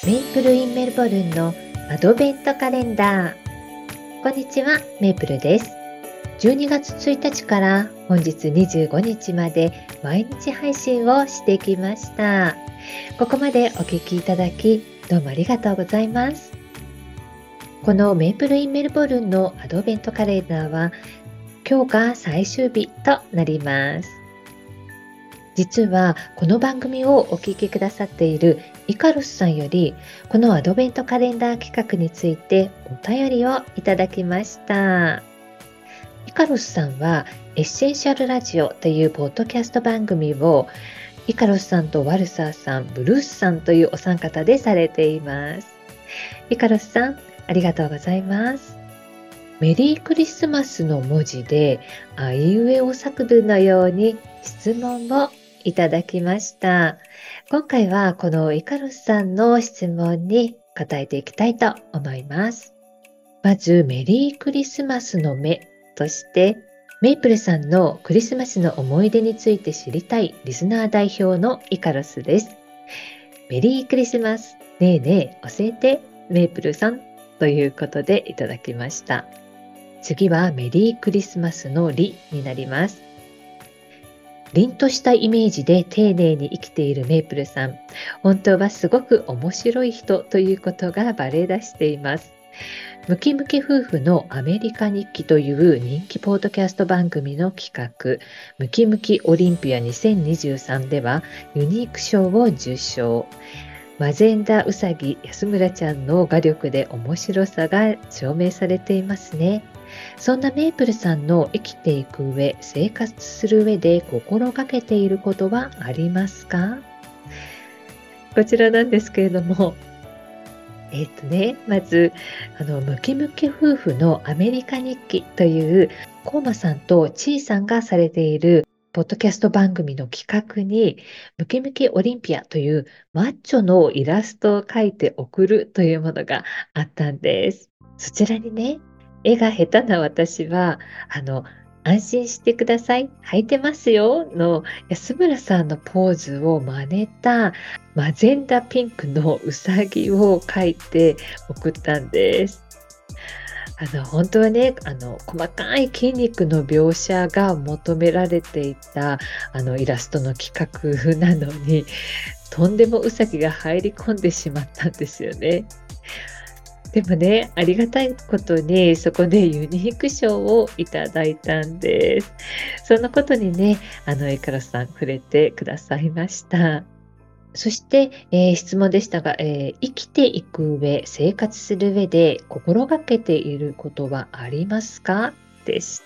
メイプルインメルボルンのアドベントカレンダー。こんにちは、メイプルです。12月1日から本日25日まで毎日配信をしてきました。ここまでお聞きいただきどうもありがとうございます。このメイプルインメルボルンのアドベントカレンダーは今日が最終日となります。実はこの番組をお聞きくださっているイカロスさんよりこのアドベントカレンダー企画についてお便りをいただきました。イカロスさんはエッセンシャルラジオというポッドキャスト番組をイカロスさんとワルサーさん、ブルースさんというお三方でされています。イカロスさん、ありがとうございます。メリークリスマスの文字であいうえお作文のように質問をいただきました。今回はこのイカロスさんの質問に答えていきたいと思います。まずメリークリスマスの目としてメイプルさんのクリスマスの思い出について知りたいリスナー代表のイカロスです。メリークリスマス、ねえねえ教えてメイプルさんということでいただきました。次はメリークリスマスのリになります。凛としたイメージで丁寧に生きているメイプルさん、本当はすごく面白い人ということがバレ出しています。ムキムキ夫婦のアメリカ日記という人気ポッドキャスト番組の企画、ムキムキオリンピア2023ではユニーク賞を受賞。マゼンダウサギ安村ちゃんの画力で面白さが証明されていますね。そんなメイプルさんの生きていく上、生活する上で心がけていることはありますか？こちらなんですけれども、まずムキムキ夫婦のアメリカ日記というコーマさんとチーさんがされているポッドキャスト番組の企画にムキムキオリンピアというマッチョのイラストを描いて送るというものがあったんです。そちらにね、絵が下手な私は安心してください、履いてますよの安村さんのポーズを真似たマゼンダピンクのうさぎを描いて送ったんです。本当はね、細かい筋肉の描写が求められていたイラストの企画なのに、とんでもうさぎが入り込んでしまったんですよね。でもね、ありがたいことにそこでユニーク賞をいただいたんです。そのことにね、イカロスさん触れてくださいました。そして、質問でしたが、生きていく上、生活する上で心がけていることはありますか？でした。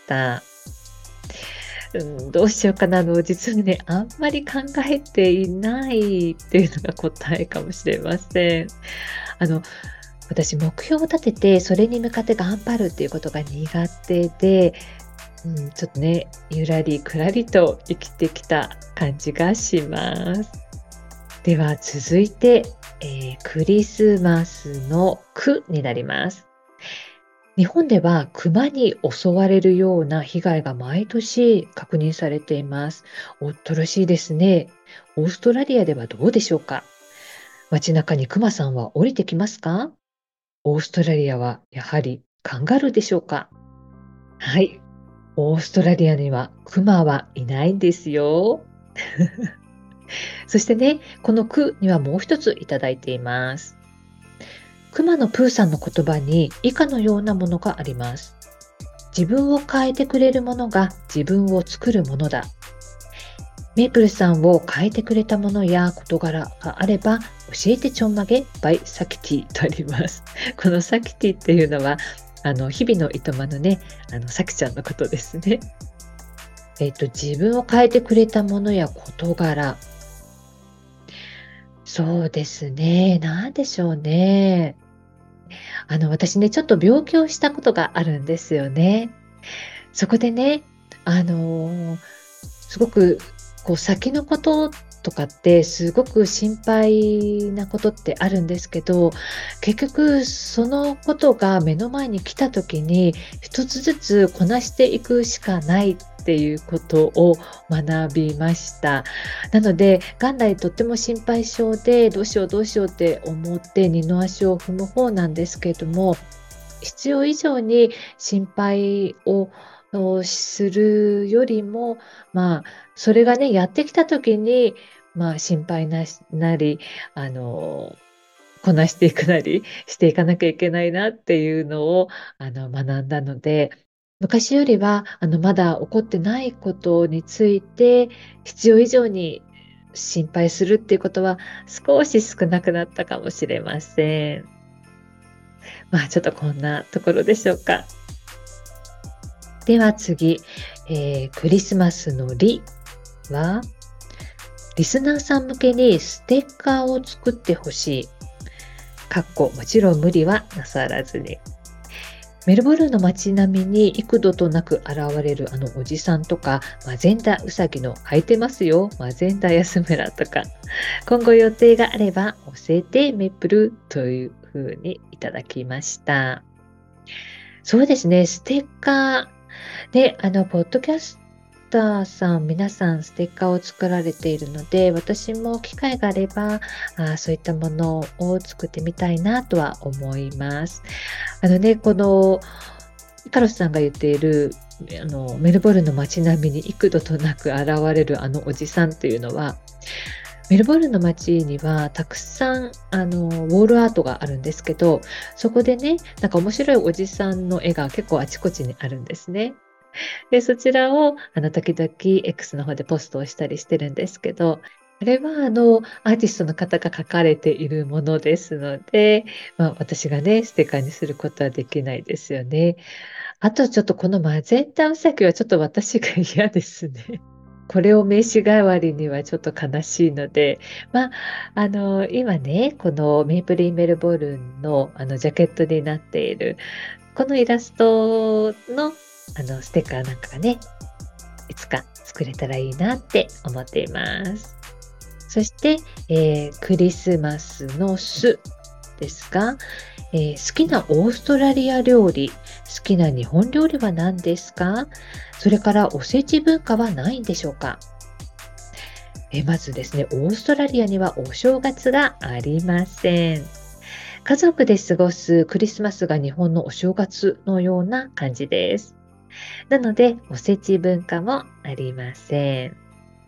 どうしようかな。実はね、あんまり考えていないっていうのが答えかもしれません。私、目標を立てて、それに向かって頑張るっていうことが苦手で、ちょっとね、ゆらりくらりと生きてきた感じがします。では続いて、クリスマスの句になります。日本では熊に襲われるような被害が毎年確認されています。恐ろしいですね。オーストラリアではどうでしょうか？街中に熊さんは降りてきますか？オーストラリアはやはりカンガルーでしょうか？はい。オーストラリアにはクマはいないんですよ。そしてね、この句にはもう一ついただいています。クマのプーさんの言葉に以下のようなものがあります。自分を変えてくれるものが自分を作るものだ。メイプルさんを変えてくれたものや事柄があれば教えてちょんまげ by サキティとあります。このサキティっていうのは日々のいとまのね、サキちゃんのことですね。自分を変えてくれたものや事柄。そうですね。なんでしょうね。私ね、ちょっと病気をしたことがあるんですよね。そこでね、すごく先のこととかってすごく心配なことってあるんですけど、結局そのことが目の前に来た時に一つずつこなしていくしかないっっていうことを学びました。なので、元来とっても心配性で、どうしようどうしようって思って二の足を踏む方なんですけれども、必要以上に心配をするよりも、それがね、やってきた時に、心配なり、あの、こなしていくなりしていかなきゃいけないなっていうのを、学んだので、昔よりは、まだ起こってないことについて、必要以上に心配するっていうことは、少し少なくなったかもしれません。ちょっとこんなところでしょうか。では次、クリスマスのリは、リスナーさん向けにステッカーを作ってほしい。もちろん無理はなさらずに。メルボルンの街並みに幾度となく現れるあのおじさんとか、マゼンダウサギの空いてますよ、マゼンダ安村とか、今後予定があれば教えてメップルというふうにいただきました。そうですね、ステッカーで、ポッドキャスターさん、皆さんステッカーを作られているので、私も機会があれば、そういったものを作ってみたいなとは思います。この、イカロスさんが言っている、メルボルンの街並みに幾度となく現れるあのおじさんというのは、メルボルンの街にはたくさんウォールアートがあるんですけど、そこでね、なんか面白いおじさんの絵が結構あちこちにあるんですね。で、そちらを時々 X の方でポストをしたりしてるんですけど、あれはアーティストの方が描かれているものですので、私がね、ステッカーにすることはできないですよね。あとちょっとこのマゼンタウサギはちょっと私が嫌ですね。これを名刺代わりにはちょっと悲しいので、今ね、このメイプルインメルボルンのジャケットになっている、このイラストのステッカーなんかがね、いつか作れたらいいなって思っています。そして、クリスマスの巣ですが、好きなオーストラリア料理、好きな日本料理は何ですか？それからおせち文化はないんでしょうか？まずですね、オーストラリアにはお正月がありません。家族で過ごすクリスマスが日本のお正月のような感じです。なので、おせち文化もありません。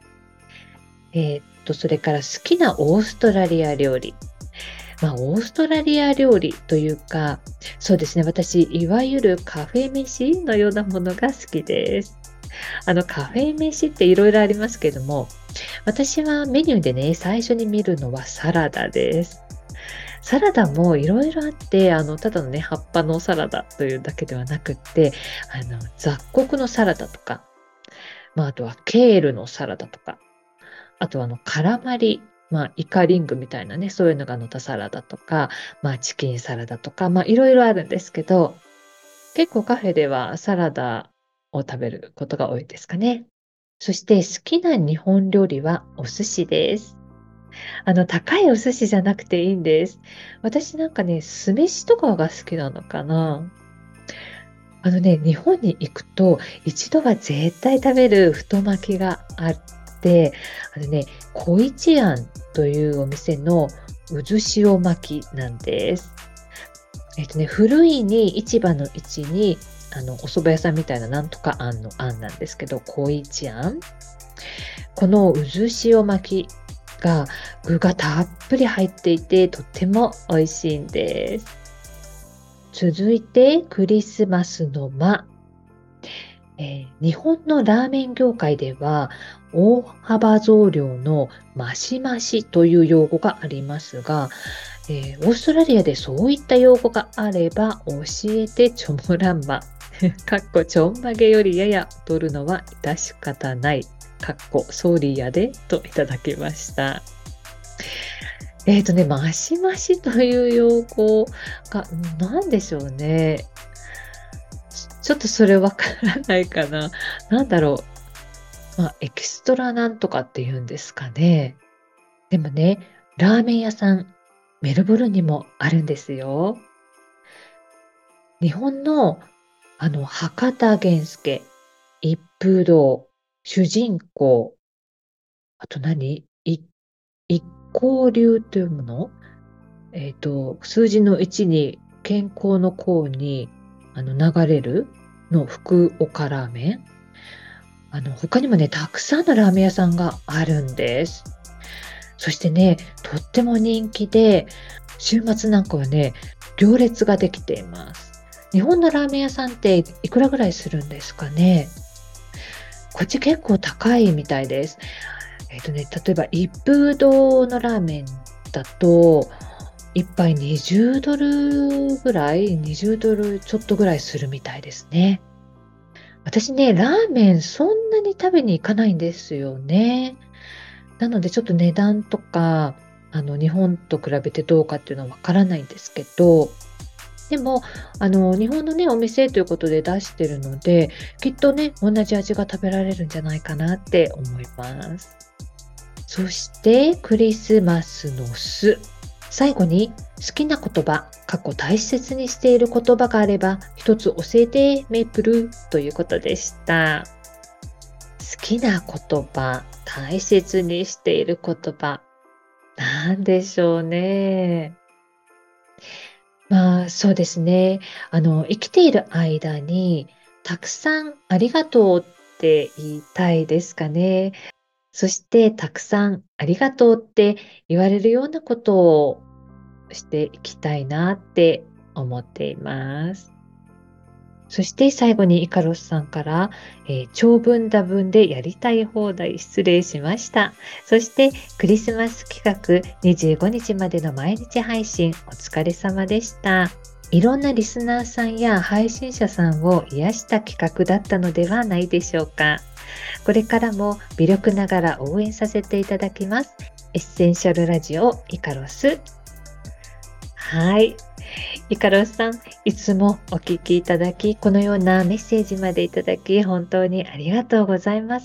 それから好きなオーストラリア料理。オーストラリア料理というか、そうですね、私、いわゆるカフェ飯のようなものが好きです。カフェ飯っていろいろありますけども、私はメニューでね、最初に見るのはサラダです。サラダもいろいろあって、ただのね、葉っぱのサラダというだけではなくって、雑穀のサラダとか、あとはケールのサラダとか、あとはカラマリ、イカリングみたいなね、そういうのが乗ったサラダとか、チキンサラダとか、いろいろあるんですけど、結構カフェではサラダを食べることが多いですかね。そして好きな日本料理はお寿司です。高いお寿司じゃなくていいんです。私なんかね、酢飯とかが好きなのかな。日本に行くと一度は絶対食べる太巻きがあって、小一庵というお店の渦潮巻きなんです。古いに市場の位置に、お蕎麦屋さんみたいななんとか庵の庵なんですけど、小一庵。この渦潮巻きが具がたっぷり入っていて、とっても美味しいんです。続いて、クリスマスの間。日本のラーメン業界では、大幅増量のマシマシという用語がありますが、オーストラリアでそういった用語があれば教えてちょもらんま。ちょんまげよりやや劣るのは致し方ない。ソーリーやでといただきました。マシマシという用語が何でしょうね。ちょっとそれわからないかな。なんだろう。エキストラなんとかって言うんですかね。でもね、ラーメン屋さん、メルボルンにもあるんですよ。日本の博多源助。 一風堂、主人公、あと一光流というもの、数字の1に健康の康に流れるの福岡ラーメン。他にもね、たくさんのラーメン屋さんがあるんです。そしてね、とっても人気で、週末なんかはね、行列ができています。日本のラーメン屋さんっていくらぐらいするんですかね。こっち結構高いみたいです。例えば一風堂のラーメンだと、一杯20ドルぐらい、20ドルちょっとぐらいするみたいですね。私ね、ラーメンそんなに食べに行かないんですよね。なのでちょっと値段とか、日本と比べてどうかっていうのはわからないんですけど、でも、日本のね、お店ということで出してるので、きっとね、同じ味が食べられるんじゃないかなって思います。そして、クリスマスの巣。最後に、好きな言葉、大切にしている言葉があれば、一つ教えて、メープルということでした。好きな言葉、大切にしている言葉、なんでしょうね。まあ、そうですね。生きている間に、たくさんありがとうって言いたいですかね。そして、たくさんありがとうって言われるようなことをしていきたいなって思っています。そして最後にイカロスさんから、長文多文でやりたい放題失礼しました。そしてクリスマス企画25日までの毎日配信お疲れ様でした。いろんなリスナーさんや配信者さんを癒した企画だったのではないでしょうか。これからも微力ながら応援させていただきます。エッセンシャルラジオイカロス。はい。イカロスさん、いつもお聞きいただき、このようなメッセージまでいただき、本当にありがとうございます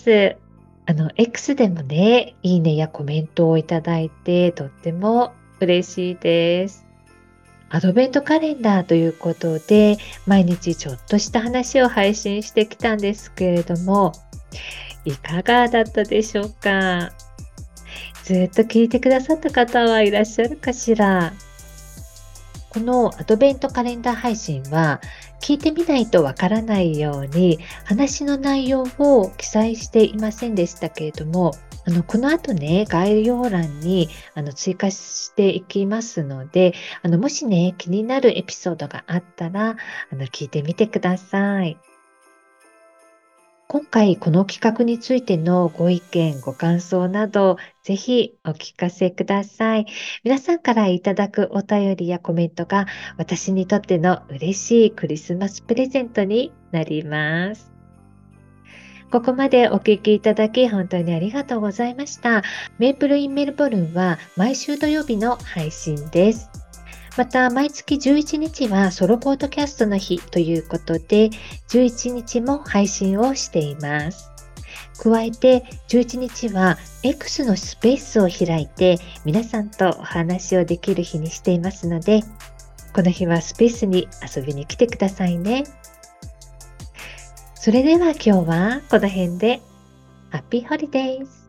。X でもね、いいねやコメントをいただいて、とっても嬉しいです。アドベントカレンダーということで、毎日ちょっとした話を配信してきたんですけれども、いかがだったでしょうか？ずっと聞いてくださった方はいらっしゃるかしら？このアドベントカレンダー配信は、聞いてみないとわからないように、話の内容を記載していませんでしたけれども、この後ね、概要欄に追加していきますので、もしね、気になるエピソードがあったら、聞いてみてください。今回この企画についてのご意見、ご感想など、ぜひお聞かせください。皆さんからいただくお便りやコメントが私にとっての嬉しいクリスマスプレゼントになります。ここまでお聞きいただき本当にありがとうございました。メープルインメルボルンは毎週土曜日の配信です。また、毎月11日はソロポードキャストの日ということで、11日も配信をしています。加えて、11日は X のスペースを開いて、皆さんとお話をできる日にしていますので、この日はスペースに遊びに来てくださいね。それでは今日はこの辺で、ハッピーホリデーズ。